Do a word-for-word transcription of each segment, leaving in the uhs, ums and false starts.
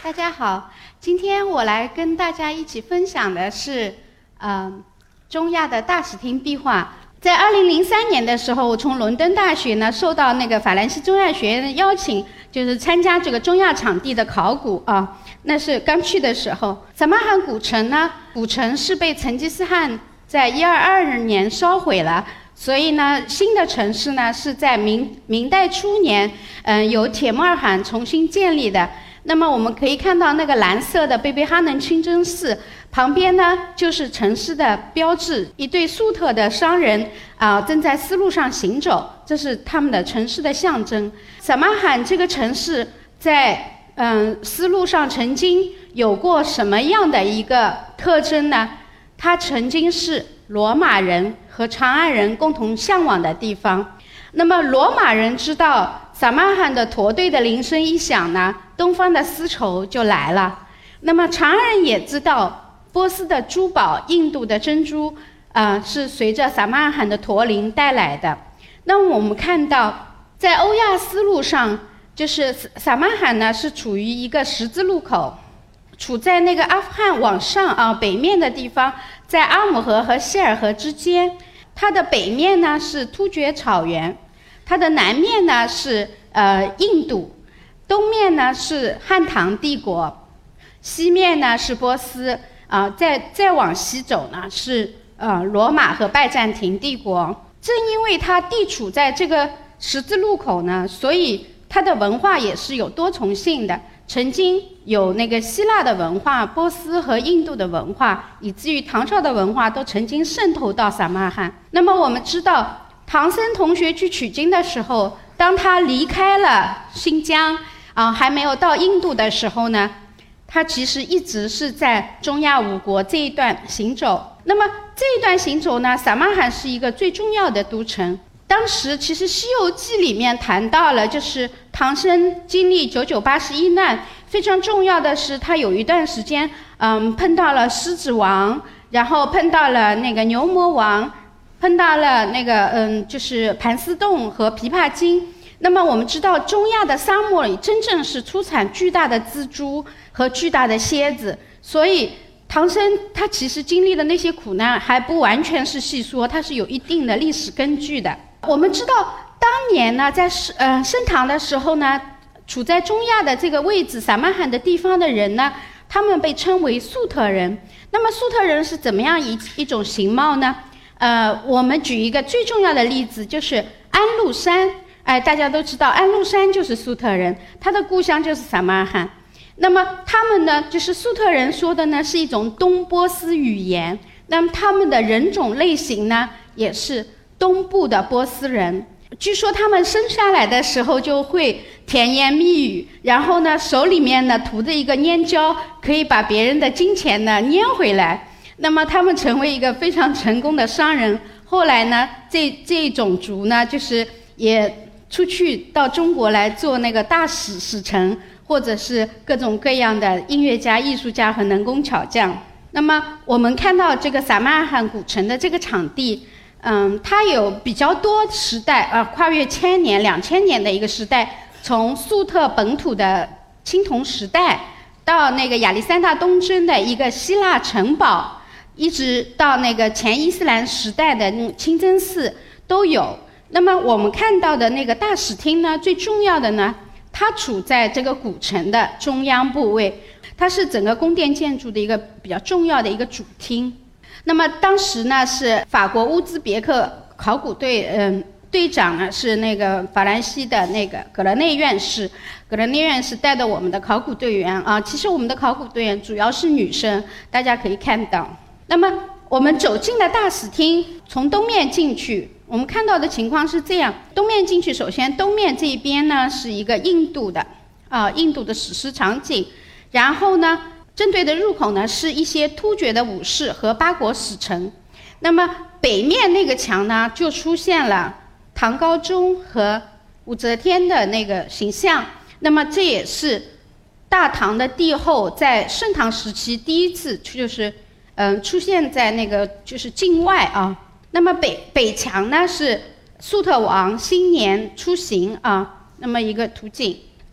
大家好，今天我来跟大家一起分享的是，呃，中亚的大使厅壁画。在二零零三年的时候，我从伦敦大学呢受到那个法兰西中亚学院的邀请，就是参加这个中亚场地的考古啊。那是刚去的时候，撒马罕古城呢，古城是被成吉思汗在一二二年烧毁了。所以呢，新的城市呢是在明明代初年，嗯、呃，由铁木儿罕重新建立的。那么我们可以看到那个蓝色的贝贝哈能清真寺旁边呢，就是城市的标志，一对粟特的商人啊、呃、正在丝路上行走，这是他们的城市的象征。撒马罕这个城市在嗯、呃、丝路上曾经有过什么样的一个特征呢？它曾经是罗马人和长安人共同向往的地方。那么罗马人知道撒马罕的驼队的铃声一响呢，东方的丝绸就来了。那么长安人也知道波斯的珠宝、印度的珍珠啊、呃、是随着撒马罕的驼铃带来的。那么我们看到在欧亚丝路上，就是撒马罕呢是处于一个十字路口，处在那个阿富汗往上啊北面的地方，在阿姆河和希尔河之间。它的北面呢是突厥草原，它的南面呢是呃印度，东面呢是汉唐帝国，西面呢是波斯啊、呃，再再往西走呢是呃罗马和拜占庭帝国。正因为它地处在这个十字路口呢，所以它的文化也是有多重性的。曾经有那个希腊的文化、波斯和印度的文化，以至于唐朝的文化都曾经渗透到撒马罕。那么我们知道，唐僧同学去取经的时候，当他离开了新疆啊，还没有到印度的时候呢，他其实一直是在中亚五国这一段行走。那么这一段行走呢，撒马罕是一个最重要的都城。当时其实《西游记》里面谈到了，就是唐僧经历九九八十一难，非常重要的是他有一段时间，嗯，碰到了狮子王，然后碰到了那个牛魔王，碰到了那个嗯，就是盘丝洞和琵琶精。那么我们知道，中亚的沙漠里真正是出产巨大的蜘蛛和巨大的蝎子，所以唐僧他其实经历的那些苦难还不完全是戏说，它是有一定的历史根据的。我们知道当年呢，在呃盛唐的时候呢，处在中亚的这个位置撒马罕的地方的人呢，他们被称为粟特人。那么粟特人是怎么样一一种形貌呢？呃，我们举一个最重要的例子，就是安禄山。哎，大家都知道安禄山就是粟特人，他的故乡就是撒马罕。那么他们呢，就是粟特人说的呢是一种东波斯语言。那么他们的人种类型呢，也是东部的波斯人。据说他们生下来的时候就会甜言蜜语，然后呢手里面呢涂着一个粘胶，可以把别人的金钱呢粘回来。那么他们成为一个非常成功的商人。后来呢，这这种族呢，就是也出去到中国来做那个大使使臣，或者是各种各样的音乐家、艺术家和能工巧匠。那么我们看到这个撒马罕古城的这个场地，嗯，它有比较多时代啊、呃，跨越千年、两千年的一个时代，从粟特本土的青铜时代，到那个亚历山大东征的一个希腊城堡，一直到那个前伊斯兰时代的那清真寺都有。那么我们看到的那个大使厅呢，最重要的呢，它处在这个古城的中央部位，它是整个宫殿建筑的一个比较重要的一个主厅。那么当时呢，是法国乌兹别克考古队，嗯，队长呢是那个法兰西的那个格勒内院士，格勒内院士带的我们的考古队员啊。其实我们的考古队员主要是女生，大家可以看到。那么我们走进了大使厅，从东面进去，我们看到的情况是这样：东面进去，首先东面这一边呢是一个印度的啊，印度的史诗场景，然后呢，正对的入口呢是一些突厥的武士和八国使臣。那么北面那个墙呢，就出现了唐高宗和武则天的那个形象。那么这也是大唐的帝后在盛唐时期第一次就是嗯、呃、出现在那个就是境外啊。那么北北墙呢是粟特王新年出行啊，那么一个图景。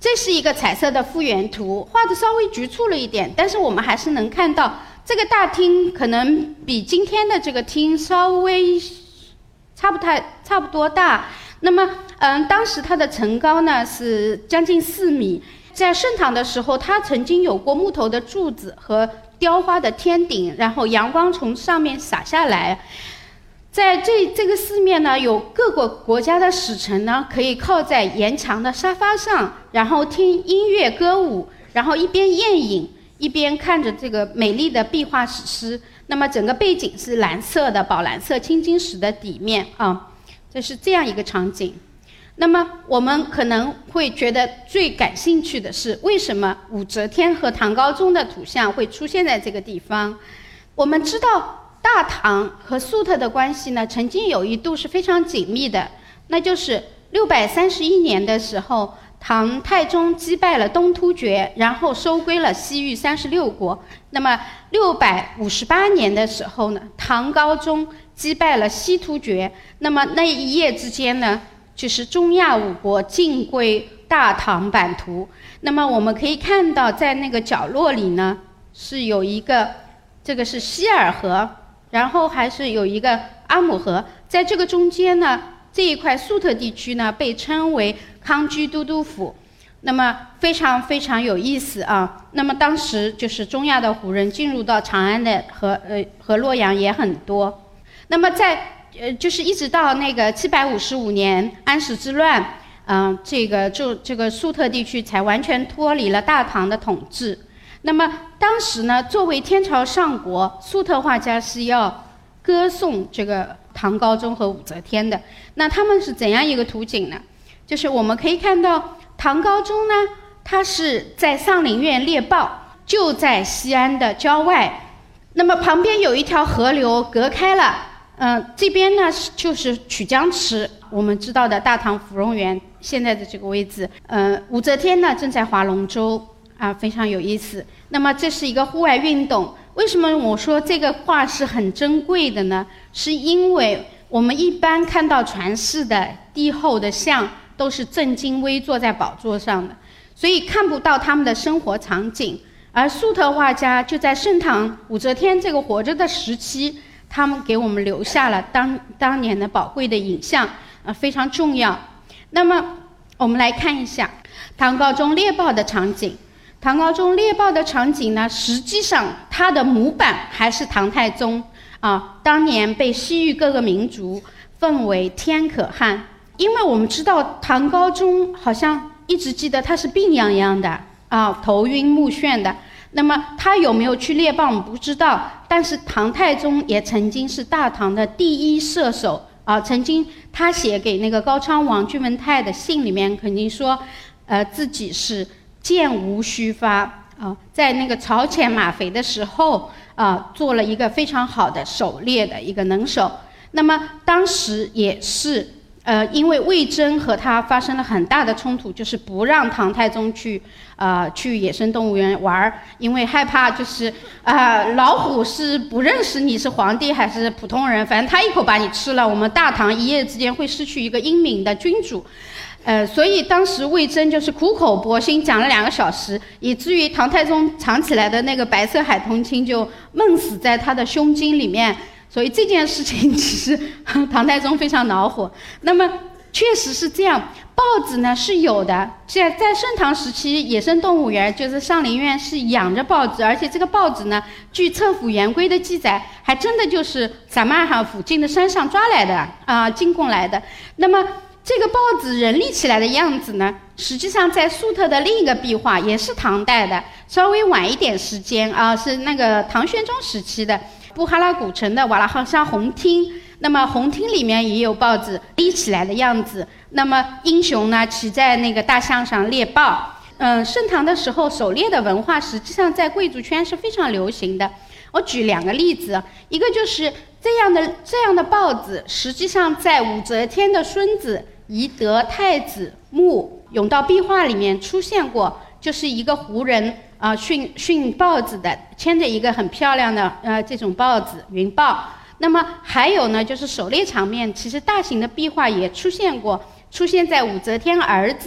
这是一个彩色的复原图，画的稍微局促了一点，但是我们还是能看到这个大厅可能比今天的这个厅稍微差不太差不多大。那么，嗯，当时它的层高呢是将近四米。在盛唐的时候，它曾经有过木头的柱子和雕花的天顶，然后阳光从上面洒下来。在这这个四面呢，有各个国家的使臣呢，可以靠在沿墙的沙发上，然后听音乐歌舞，然后一边宴饮，一边看着这个美丽的壁画史诗。那么整个背景是蓝色的宝蓝色青金石的底面啊，这是这样一个场景。那么我们可能会觉得最感兴趣的是，为什么武则天和唐高宗的图像会出现在这个地方？我们知道大唐和粟特的关系呢，曾经有一度是非常紧密的，那就是六百三十一年的时候，唐太宗击败了东突厥，然后收归了西域三十六国。那么六百五十八年的时候呢，唐高宗击败了西突厥。那么那一夜之间呢，就是中亚五国尽归大唐版图。那么我们可以看到，在那个角落里呢，是有一个，这个是希尔河，然后还是有一个阿姆河。在这个中间呢，这一块粟特地区呢，被称为康居都督府。那么非常非常有意思啊。那么当时就是中亚的胡人进入到长安的和呃和洛阳也很多。那么在呃，就是一直到那个七百五十五年安史之乱，嗯、呃，这个就这个粟特地区才完全脱离了大唐的统治。那么当时呢，作为天朝上国，粟特画家是要歌颂这个唐高宗和武则天的。那他们是怎样一个图景呢？就是我们可以看到唐高宗呢，他是在上林苑猎豹，就在西安的郊外。那么旁边有一条河流隔开了。嗯、呃，这边呢就是曲江池，我们知道的大唐芙蓉园现在的这个位置。呃，武则天呢正在划龙舟啊，非常有意思。那么这是一个户外运动。为什么我说这个画是很珍贵的呢？是因为我们一般看到传世的帝后的像都是正襟危坐在宝座上的，所以看不到他们的生活场景。而粟特画家就在盛唐武则天这个活着的时期，他们给我们留下了当当年的宝贵的影像，呃，非常重要。那么我们来看一下唐高宗猎豹的场景。唐高宗猎豹的场景呢，实际上它的模板还是唐太宗啊，当年被西域各个民族奉为天可汗。因为我们知道唐高宗好像一直记得他是病殃殃的啊，头晕目眩的。那么他有没有去猎豹我们不知道，但是唐太宗也曾经是大唐的第一射手啊。曾经他写给那个高昌王君文泰的信里面肯定说，呃，自己是箭无虚发啊，在那个朝遣马肥的时候啊，做了一个非常好的狩猎的一个能手。那么当时也是。呃，因为魏征和他发生了很大的冲突，就是不让唐太宗去，呃，去野生动物园玩，因为害怕就是啊、呃，老虎是不认识你是皇帝还是普通人，反正他一口把你吃了，我们大唐一夜之间会失去一个英明的君主。呃，所以当时魏征就是苦口婆心讲了两个小时，以至于唐太宗藏起来的那个白色海豚青就闷死在他的胸襟里面。所以这件事情其实唐太宗非常恼火。那么确实是这样，豹子呢是有的，在在盛唐时期，野生动物园就是上林苑是养着豹子，而且这个豹子呢，据册府元规的记载，还真的就是撒马尔罕附近的山上抓来的啊，进贡来的。那么这个豹子人立起来的样子呢，实际上在粟特的另一个壁画也是唐代的，稍微晚一点时间啊，是那个唐玄宗时期的。布哈拉古城的瓦拉哈沙红厅，那么红厅里面也有豹子立起来的样子。那么英雄呢骑在那个大象上猎豹。嗯，盛唐的时候狩猎的文化实际上在贵族圈是非常流行的。我举两个例子，一个就是这样的这样的豹子，实际上在武则天的孙子懿德太子墓甬道壁画里面出现过，就是一个胡人。啊、呃，驯驯豹子的，牵着一个很漂亮的呃这种豹子云豹。那么还有呢，就是狩猎场面，其实大型的壁画也出现过，出现在武则天儿子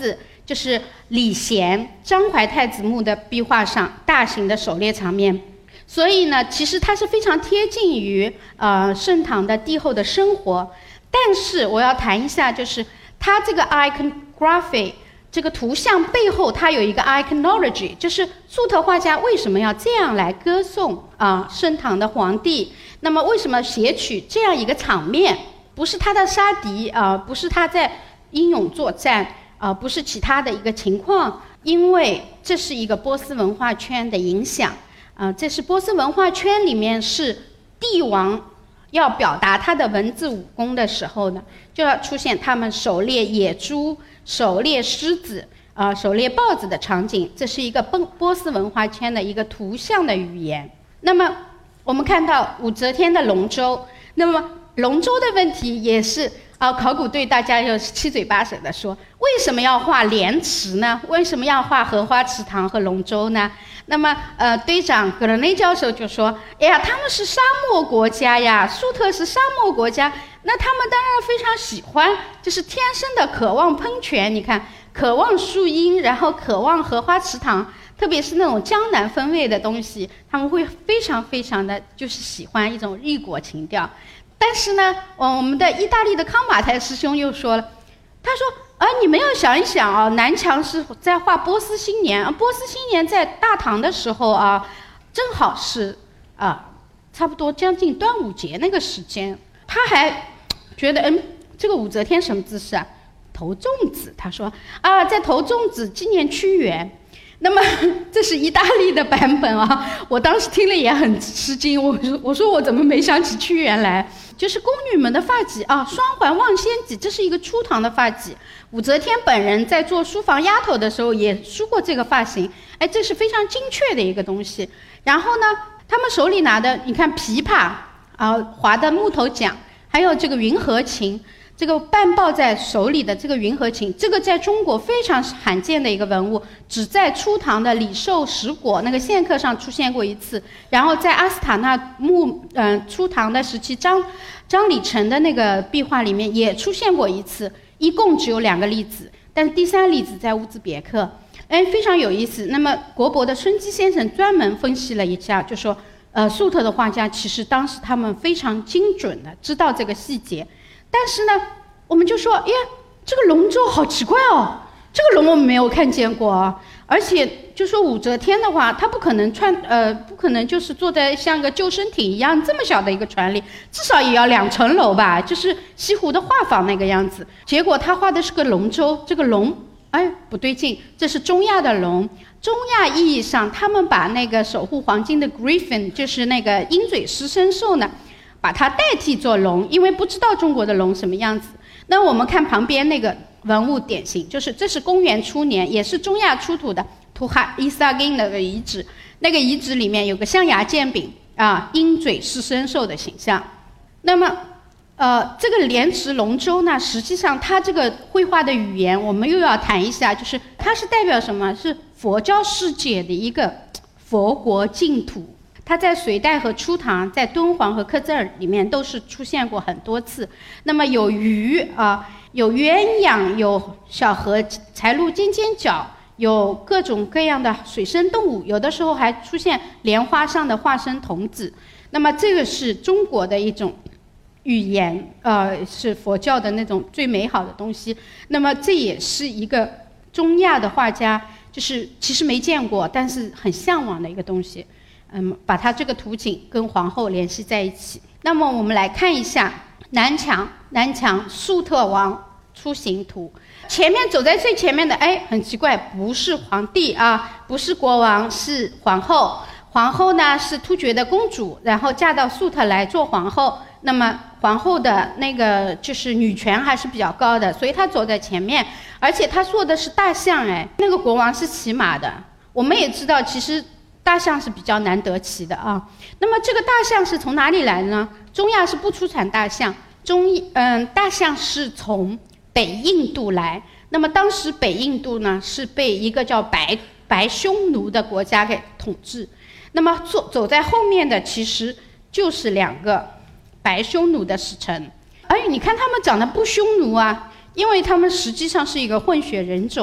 就是礼贤张怀太子墓的壁画上大型的狩猎场面。所以呢，其实它是非常贴近于呃盛唐的帝后的生活。但是我要谈一下，就是它这个 iconography 这个图像背后，它有一个 iconology， 就是粟特画家为什么要这样来歌颂啊、呃、盛唐的皇帝？那么为什么写取这样一个场面？不是他的杀敌啊、呃，不是他在英勇作战啊、呃，不是其他的一个情况，因为这是一个波斯文化圈的影响啊、呃，这是波斯文化圈里面是帝王要表达他的文字武功的时候呢，就要出现他们狩猎野猪、狩猎狮子、啊、呃、狩猎豹子的场景，这是一个波波斯文化圈的一个图像的语言。那么我们看到武则天的龙舟，那么龙舟的问题也是啊、呃，考古队大家又七嘴八舌的说，为什么要画莲池呢？为什么要画荷花池塘和龙舟呢？那么，呃，队长葛伦内教授就说：“哎呀，他们是沙漠国家呀，粟特是沙漠国家，那他们当然非常喜欢，就是天生的渴望喷泉。你看，渴望树荫，然后渴望荷花池塘，特别是那种江南风味的东西，他们会非常非常的就是喜欢一种异国情调。但是呢，我们的意大利的康马泰师兄又说了，他说。”而你们要想一想啊，南墙是在画波斯新年啊，波斯新年在大唐的时候啊，正好是啊，差不多将近端午节那个时间。他还觉得，嗯，这个武则天什么姿势啊？投粽子。他说啊，在投粽子纪念屈原。那么这是意大利的版本啊，我当时听了也很吃惊，我说我说我怎么没想起屈原来？就是宫女们的发髻啊，双环望仙髻，这是一个初唐的发髻。武则天本人在做书房丫头的时候也梳过这个发型，哎，这是非常精确的一个东西。然后呢，他们手里拿的，你看琵琶啊，划的木头桨，还有这个云和琴。这个半抱在手里的这个云和琴，这个在中国非常罕见的一个文物，只在初唐的李寿石椁那个线刻上出现过一次，然后在阿斯塔纳墓，嗯、呃，初唐的时期张张礼成的那个壁画里面也出现过一次，一共只有两个例子，但是第三例子在乌兹别克，哎，非常有意思。那么国博的孙基先生专门分析了一下，就说，呃，粟特的画家其实当时他们非常精准的知道这个细节。但是呢，我们就说，哎呀，这个龙舟好奇怪哦，这个龙我们没有看见过啊。而且就说武则天的话，她不可能穿，呃，不可能就是坐在像个救生艇一样这么小的一个船里，至少也要两层楼吧，就是西湖的画舫那个样子。结果她画的是个龙舟，这个龙，哎，不对劲，这是中亚的龙。中亚意义上，他们把那个守护黄金的 griffin， 就是那个鹰嘴狮身兽呢，把它代替做龙，因为不知道中国的龙什么样子。那我们看旁边那个文物典型，就是这是公元初年，也是中亚出土的图哈伊萨金那个遗址，那个遗址里面有个象牙剑柄啊，鹰嘴狮身兽的形象。那么，呃，这个莲池龙舟呢，实际上它这个绘画的语言，我们又要谈一下，就是它是代表什么？是佛教世界的一个佛国净土。它在隋代和初唐，在敦煌和克孜尔里面都是出现过很多次。那么有鱼啊，有鸳鸯，有小河柴鹿尖尖角，有各种各样的水生动物，有的时候还出现莲花上的化身童子。那么这个是中国的一种语言，呃，是佛教的那种最美好的东西。那么这也是一个中亚的画家，就是其实没见过，但是很向往的一个东西。嗯，把它这个图景跟皇后联系在一起。那么我们来看一下南墙，南墙粟特王出行图。前面走在最前面的，哎，很奇怪，不是皇帝啊，不是国王，是皇后。皇后呢是突厥的公主，然后嫁到粟特来做皇后。那么皇后的那个就是女权还是比较高的，所以她走在前面，而且她坐的是大象，哎，那个国王是骑马的。我们也知道，其实大象是比较难得骑的啊。那么这个大象是从哪里来的呢？中亚是不出产大象，中嗯大象是从北印度来。那么当时北印度呢是被一个叫白白匈奴的国家给统治。那么走走在后面的其实就是两个白匈奴的使臣。哎，你看他们长得不匈奴啊，因为他们实际上是一个混血人种。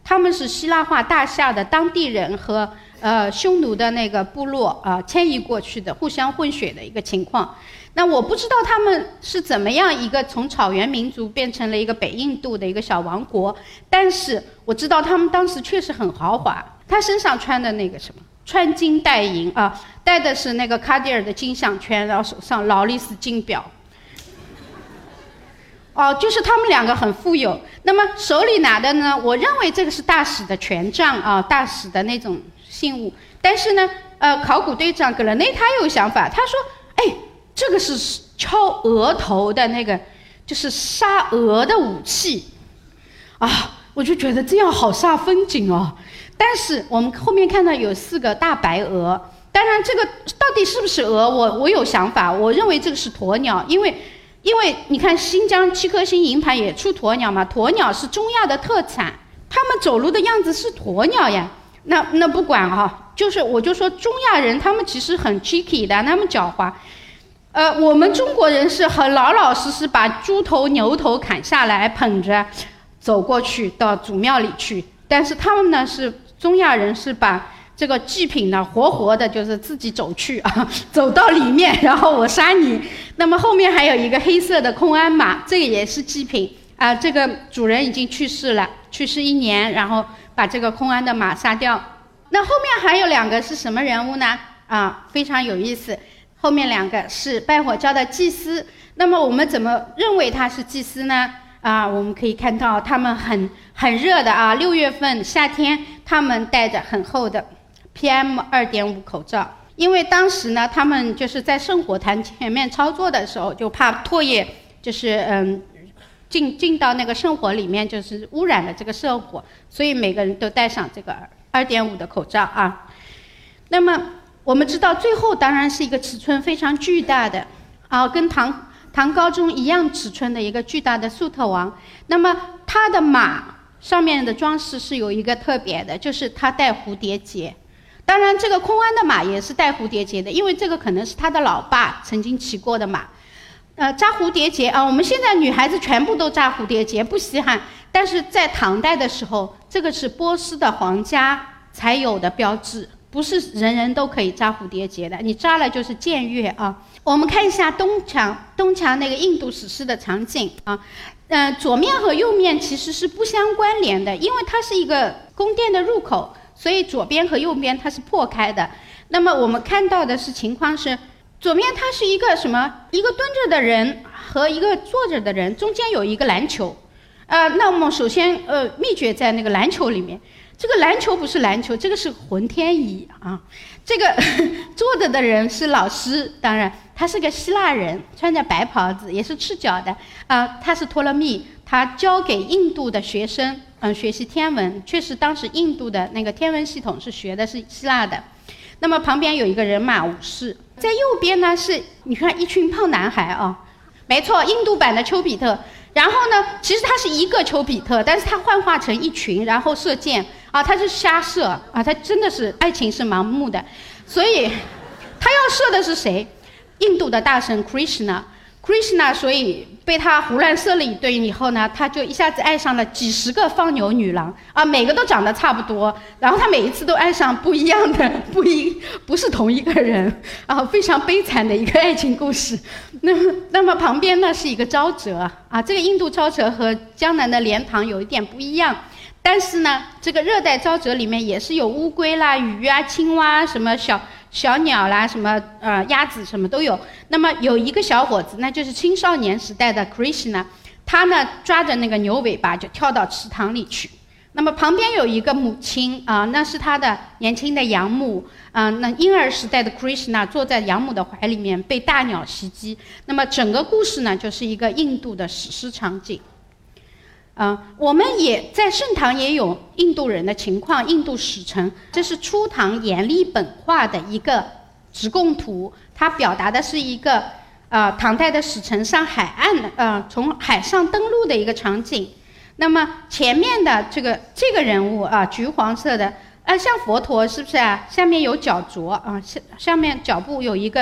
他们是希腊化大夏的当地人和呃匈奴的那个部落啊、呃、迁移过去的，互相混血的一个情况。那我不知道他们是怎么样一个从草原民族变成了一个北印度的一个小王国，但是我知道他们当时确实很豪华。他身上穿的那个什么，穿金戴银啊，戴的是那个卡地尔的金项圈，然后手上劳力士金表。哦，就是他们两个很富有。那么手里拿的呢，我认为这个是大使的权杖啊，大使的那种信物。但是呢，呃，考古队长格勒内他有想法，他说，哎。这个是敲额头的那个，就是杀鹅的武器，啊，我就觉得这样好煞风景哦。但是我们后面看到有四个大白鹅，当然这个到底是不是鹅，我我有想法，我认为这个是鸵鸟，因为因为你看新疆七颗星银盘也出鸵鸟嘛，鸵鸟是中亚的特产，他们走路的样子是鸵鸟呀。那那不管哈、啊，就是我就说中亚人他们其实很 cheeky 的，他们狡猾。呃，我们中国人是很老老实实把猪头牛头砍下来捧着走过去到祖庙里去，但是他们呢是中亚人是把这个祭品呢活活的就是自己走去啊，走到里面然后我杀你。那么后面还有一个黑色的空鞍马，这个也是祭品啊，这个主人已经去世了，去世一年，然后把这个空鞍的马杀掉。那后面还有两个是什么人物呢？啊，非常有意思。后面两个是拜火教的祭司，那么我们怎么认为他是祭司呢？啊，我们可以看到他们很很热的啊，六月份夏天，他们戴着很厚的 P M 二点五 口罩，因为当时呢，他们就是在圣火坛前面操作的时候，就怕唾液就是嗯进进到那个圣火里面，就是污染了这个圣火，所以每个人都戴上这个 二点五 的口罩啊。那么我们知道最后当然是一个尺寸非常巨大的啊，跟唐唐高宗一样尺寸的一个巨大的粟特王。那么他的马上面的装饰是有一个特别的，就是他戴蝴蝶结。当然这个空鞍的马也是戴蝴蝶结的，因为这个可能是他的老爸曾经骑过的马。呃，扎蝴蝶结啊，我们现在女孩子全部都扎蝴蝶结，不稀罕。但是在唐代的时候，这个是波斯的皇家才有的标志。不是人人都可以扎蝴蝶结的，你扎了就是僭越啊。我们看一下东墙，东墙那个印度史诗的场景啊，呃，左面和右面其实是不相关联的，因为它是一个宫殿的入口，所以左边和右边它是破开的。那么我们看到的是情况是，左面它是一个什么？一个蹲着的人和一个坐着的人，中间有一个篮球。呃，那么首先呃，秘诀在那个篮球里面。这个篮球不是篮球，这个是浑天仪啊！这个坐着的人是老师，当然他是个希腊人，穿着白袍子，也是赤脚的啊、呃。他是托勒密，他教给印度的学生嗯、呃、学习天文，确实当时印度的那个天文系统是学的是希腊的。那么旁边有一个人马武士，在右边呢是你看一群胖男孩啊，没错，印度版的丘比特。然后呢，其实他是一个丘比特，但是他幻化成一群，然后射箭啊，他是瞎射啊，他真的是爱情是盲目的，所以他要射的是谁？印度的大神 Krishna。Krishna 所以被他胡乱射了一顿以后呢，他就一下子爱上了几十个放牛女郎啊，每个都长得差不多，然后他每一次都爱上不一样的，不一不是同一个人啊，非常悲惨的一个爱情故事。那么那么旁边呢是一个沼泽啊，这个印度沼泽和江南的莲塘有一点不一样。但是呢，这个热带沼泽里面也是有乌龟啦、鱼啊、青蛙、什么小小鸟啦、什么呃鸭子什么都有。那么有一个小伙子，那就是青少年时代的 Krishna， 他呢抓着那个牛尾巴就跳到池塘里去。那么旁边有一个母亲啊、呃，那是他的年轻的养母啊、呃。那婴儿时代的 Krishna 坐在养母的怀里面被大鸟袭击。那么整个故事呢，就是一个印度的史诗场景。啊、呃，我们也在盛唐也有印度人的情况，印度史臣，这是初唐阎立本画的一个直贡图，它表达的是一个呃唐代的使臣上海岸呃从海上登陆的一个场景。那么前面的这个这个人物啊，橘黄色的，啊像佛陀是不是啊？下面有脚镯啊，下下面脚部有一个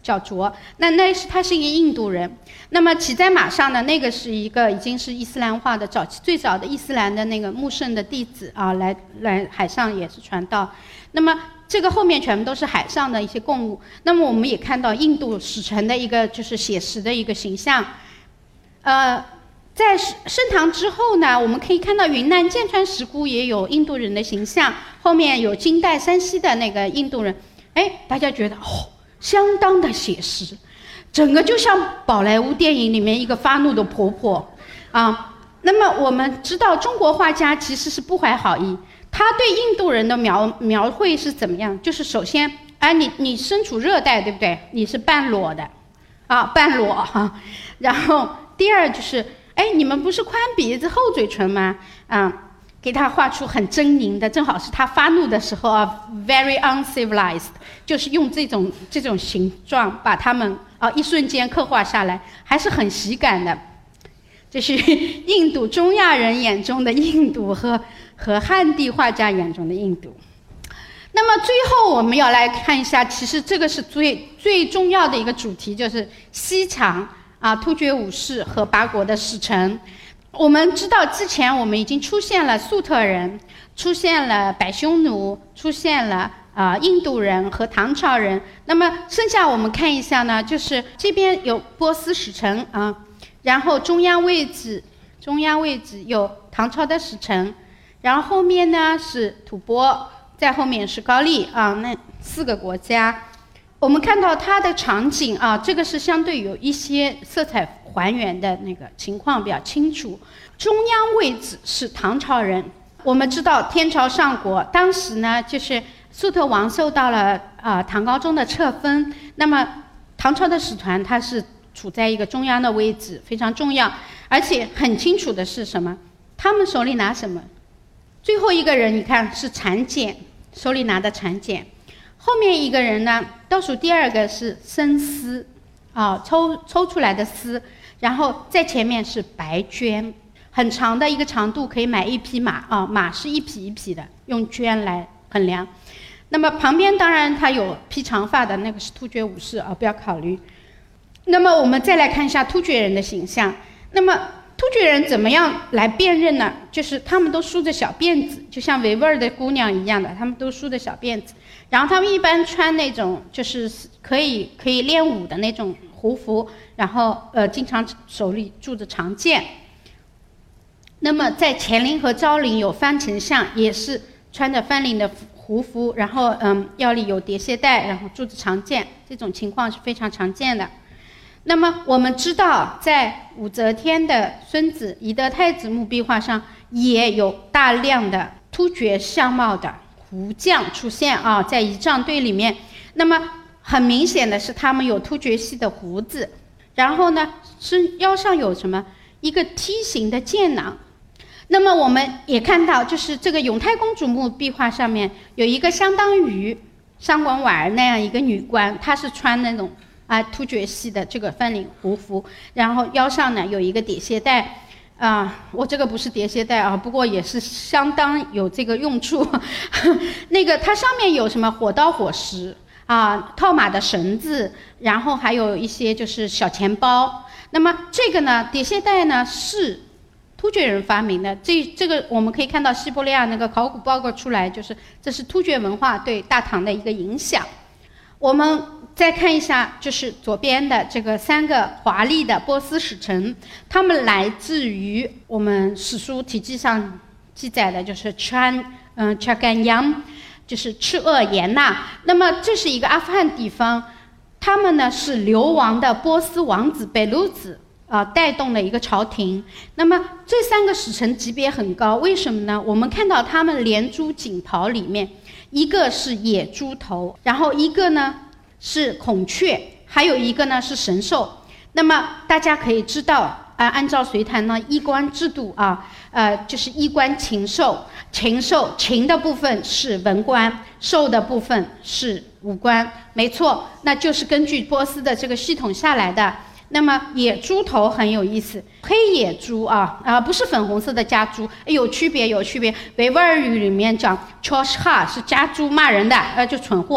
叫卓，那那是他是一个印度人。那么骑在马上呢，那个是一个已经是伊斯兰化的早期最早的伊斯兰的那个穆圣的弟子啊，来来海上也是传道。那么这个后面全部都是海上的一些贡物。那么我们也看到印度使臣的一个就是写实的一个形象。呃，在盛唐之后呢，我们可以看到云南剑川石窟也有印度人的形象，后面有金代山西的那个印度人，哎，大家觉得哦，相当的写实，整个就像宝莱坞电影里面一个发怒的婆婆啊。那么我们知道中国画家其实是不怀好意，他对印度人的描描绘是怎么样？就是首先，哎，你你身处热带，对不对？你是半裸的，啊，半裸哈、啊。然后第二就是，哎，你们不是宽鼻子厚嘴唇吗？啊，给他画出很狰狞的，正好是他发怒的时候啊 ，very uncivilized， 就是用这种这种形状把他们啊一瞬间刻画下来，还是很喜感的。这是印度中亚人眼中的印度和和汉地画家眼中的印度。那么最后我们要来看一下，其实这个是最最重要的一个主题，就是西墙啊，突厥武士和八国的使臣。我们知道之前我们已经出现了粟特人，出现了百匈奴，出现了啊、呃、印度人和唐朝人。那么剩下我们看一下呢，就是这边有波斯使臣啊。然后中央位置，中央位置有唐朝的使臣，然后后面呢是吐蕃，在后面是高丽啊，那四个国家，我们看到它的场景啊，这个是相对有一些色彩还原的那个情况比较清楚。中央位置是唐朝人，我们知道天朝上国，当时呢就是粟特王受到了啊、呃、唐高宗的册封，那么唐朝的使团它是处在一个中央的位置，非常重要。而且很清楚的是什么？他们手里拿什么？最后一个人你看是蚕茧，手里拿的蚕茧。后面一个人呢，倒数第二个是生丝，啊，抽抽出来的丝。然后在前面是白绢，很长的一个长度，可以买一匹马啊，马是一匹一匹的，用绢来衡量。那么旁边当然他有披长发的，那个是突厥武士啊，不要考虑。那么我们再来看一下突厥人的形象。那么突厥人怎么样来辨认呢？就是他们都梳着小辫子，就像维吾尔的姑娘一样的，他们都梳着小辫子。然后他们一般穿那种就是可以可以练武的那种胡服，然后呃经常手里拄着长剑。那么在乾陵和昭陵有番丞相，也是穿着番领的胡服，然后嗯腰里有叠鞋带，然后拄着长剑，这种情况是非常常见的。那么我们知道，在武则天的孙子懿德太子墓壁画上，也有大量的突厥相貌的胡将出现啊，在仪仗队里面。那么很明显的是，他们有突厥系的胡子，然后呢，身腰上有什么一个梯形的剑囊。那么我们也看到，就是这个永泰公主墓壁画上面有一个相当于上官婉儿那样一个女官，她是穿那种啊，突厥系的这个翻领胡服，然后腰上呢有一个叠鞋带，啊，我这个不是叠鞋带啊，不过也是相当有这个用处。那个它上面有什么火刀、火石啊，套马的绳子，然后还有一些就是小钱包。那么这个呢，叠鞋带呢是突厥人发明的，这这个我们可以看到西伯利亚那个考古报告出来，就是这是突厥文化对大唐的一个影响。我们再看一下，就是左边的这个三个华丽的波斯使臣，他们来自于我们史书体记上记载的，就是川嗯查干央，就是赤鄂延纳。那么这是一个阿富汗地方，他们呢是流亡的波斯王子贝鲁子啊、呃、带动了一个朝廷。那么这三个使臣级别很高，为什么呢？我们看到他们连珠锦袍里面，一个是野猪头，然后一个呢是孔雀，还有一个呢是神兽。那么大家可以知道啊、呃，按照隋唐呢衣冠制度啊，呃，就是衣冠禽兽，禽兽禽的部分是文官，兽的部分是武官，没错，那就是根据波斯的这个系统下来的。那么野猪头很有意思，黑野猪啊啊、呃，不是粉红色的家猪，有区别有区别。维吾尔语里面讲 choshha 是家猪骂人的，呃，就蠢货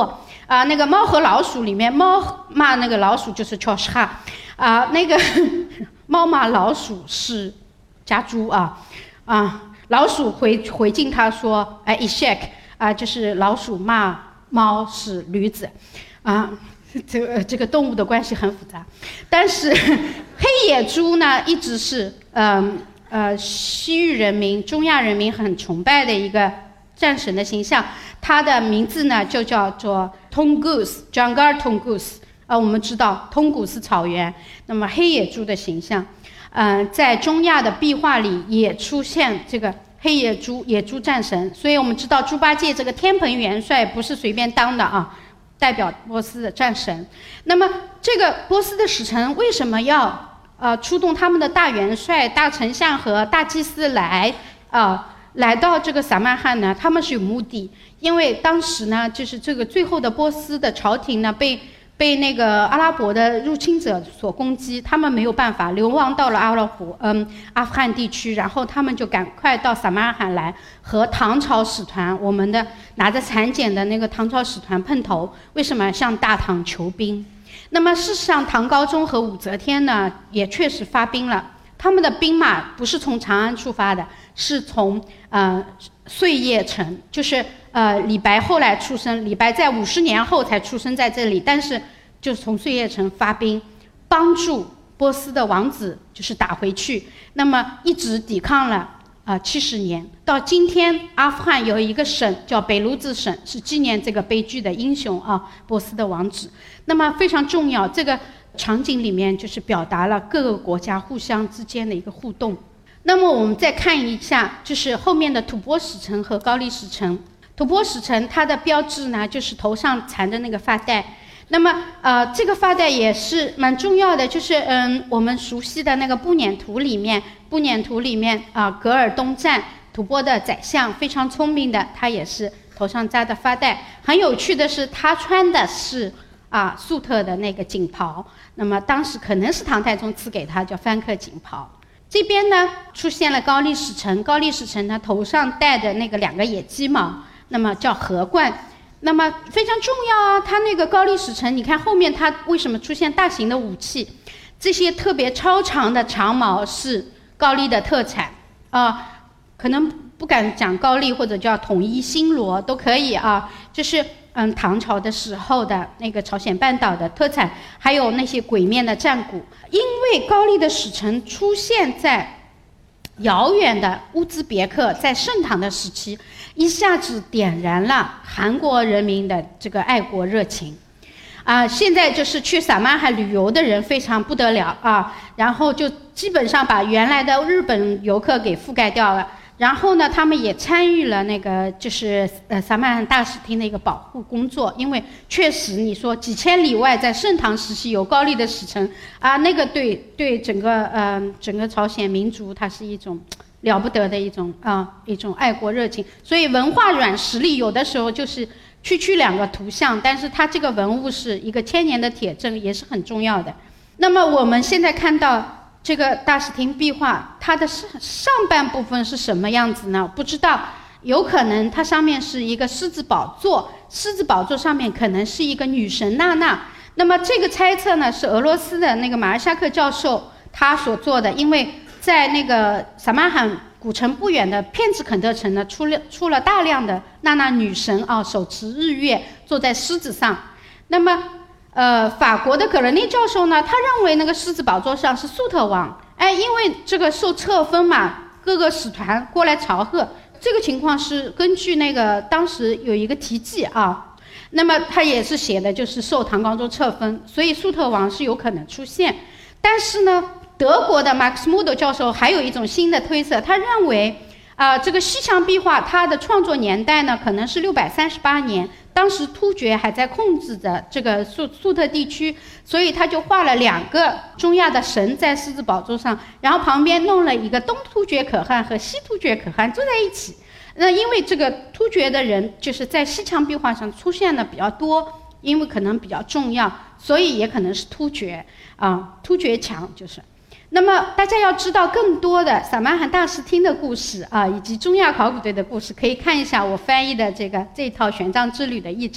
啊、呃，那个猫和老鼠里面，猫骂那个老鼠就是 choshha， 啊、呃，那个猫骂老鼠是家猪啊，啊、呃，老鼠回回敬他说，哎 ishak 啊，就是老鼠骂猫是驴子，啊、呃，这个这个动物的关系很复杂，但是黑野猪呢一直是嗯。呃呃，西域人民、中亚人民很崇拜的一个战神的形象，它的名字呢就叫做 Tungus，Janggar Tungus。啊，我们知道通古斯草原，那么黑野猪的形象，嗯、呃，在中亚的壁画里也出现这个黑野猪、野猪战神。所以我们知道猪八戒这个天蓬元帅不是随便当的啊，代表波斯的战神。那么这个波斯的使臣为什么要？呃，出动他们的大元帅、大丞相和大祭司来，呃，来到这个撒曼汗呢？他们是有目的，因为当时呢，就是这个最后的波斯的朝廷呢，被被那个阿拉伯的入侵者所攻击，他们没有办法流亡到了阿拉伯，嗯，阿富汗地区，然后他们就赶快到撒曼汗来和唐朝使团，我们的拿着蚕茧的那个唐朝使团碰头。为什么向大唐求兵？那么事实上，唐高宗和武则天呢，也确实发兵了。他们的兵马不是从长安出发的，是从呃碎叶城，就是呃李白后来出生，李白在五十年后才出生在这里，但是就是从碎叶城发兵，帮助波斯的王子就是打回去。那么一直抵抗了啊七十年，到今天阿富汗有一个省叫北卢兹省，是纪念这个悲剧的英雄啊，波斯的王子。那么非常重要，这个场景里面就是表达了各个国家互相之间的一个互动。那么我们再看一下，就是后面的吐蕃使臣和高丽使臣。吐蕃使臣它的标志呢，就是头上缠的那个发带。那么呃，这个发带也是蛮重要的，就是嗯，我们熟悉的那个布辇图里面，布辇图里面啊、呃，噶尔东赞吐蕃的宰相非常聪明的，他也是头上扎的发带。很有趣的是，他穿的是啊粟特的那个锦袍，那么当时可能是唐太宗赐给他叫番克锦袍。这边呢出现了高丽使臣，高丽使臣呢头上戴的那个两个野鸡毛，那么叫荷冠。那么非常重要啊，他那个高丽使臣，你看后面他为什么出现大型的武器？这些特别超长的长矛是高丽的特产啊、呃，可能不敢讲高丽或者叫统一新罗都可以啊，就是嗯唐朝的时候的那个朝鲜半岛的特产，还有那些鬼面的战鼓。因为高丽的使臣出现在遥远的乌兹别克，在盛唐的时期，一下子点燃了韩国人民的这个爱国热情，啊、呃，现在就是去撒曼汗旅游的人非常不得了啊，然后就基本上把原来的日本游客给覆盖掉了。然后呢，他们也参与了那个就是呃撒曼汗大使厅的一个保护工作，因为确实你说几千里外在盛唐时期有高丽的使臣啊，那个对对整个呃整个朝鲜民族它是一种了不得的一种啊一种爱国热情。所以文化软实力有的时候就是区区两个图像，但是它这个文物是一个千年的铁证，也是很重要的。那么我们现在看到这个大使厅壁画，它的上上半部分是什么样子呢？不知道，有可能它上面是一个狮子宝座，狮子宝座上面可能是一个女神娜娜。那么这个猜测呢，是俄罗斯的那个马尔夏克教授他所做的，因为在那个撒曼汗古城不远的片子肯特城呢，出了出了大量的娜娜女神啊，手持日月，坐在狮子上。那么呃，法国的葛伦内教授呢，他认为那个狮子宝座上是粟特王，哎，因为这个受册封嘛，各个使团过来朝贺，这个情况是根据那个当时有一个题记啊，那么他也是写的就是受唐高宗册封，所以粟特王是有可能出现。但是呢，德国的马克思穆德教授还有一种新的推测，他认为啊、呃，这个西墙壁画它的创作年代呢，可能是六百三十八年。当时突厥还在控制着这个粟粟特地区，所以他就画了两个中亚的神在狮子宝座上，然后旁边弄了一个东突厥可汗和西突厥可汗坐在一起。那因为这个突厥的人就是在西墙壁画上出现的比较多，因为可能比较重要，所以也可能是突厥啊，突厥墙就是。那么大家要知道更多的撒曼汗大使厅的故事啊，以及中亚考古队的故事，可以看一下我翻译的这个这套玄奘之旅的译丛。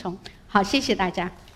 好，谢谢大家。